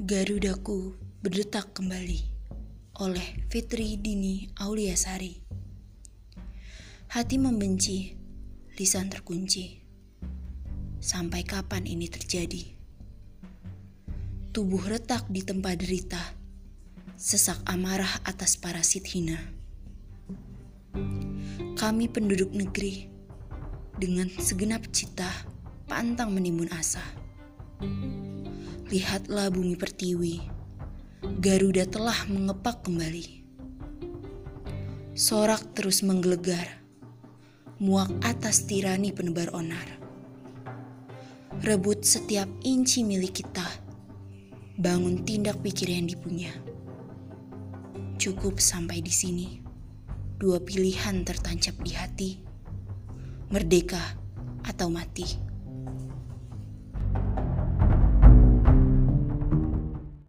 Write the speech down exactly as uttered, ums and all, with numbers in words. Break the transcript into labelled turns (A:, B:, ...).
A: Garudaku berdetak kembali oleh Fitri Dini Auliasari. Hati membenci, lisan terkunci. Sampai kapan ini terjadi? Tubuh retak di tempat derita, sesak amarah atas parasit hina. Kami penduduk negeri, dengan segenap cita, pantang menimbun asa. Lihatlah bumi pertiwi, Garuda telah mengepak kembali. Sorak terus menggelegar, muak atas tirani penebar onar. Rebut setiap inci milik kita, bangun tindak pikir yang dipunya. Cukup sampai di sini, dua pilihan tertancap di hati, merdeka atau mati.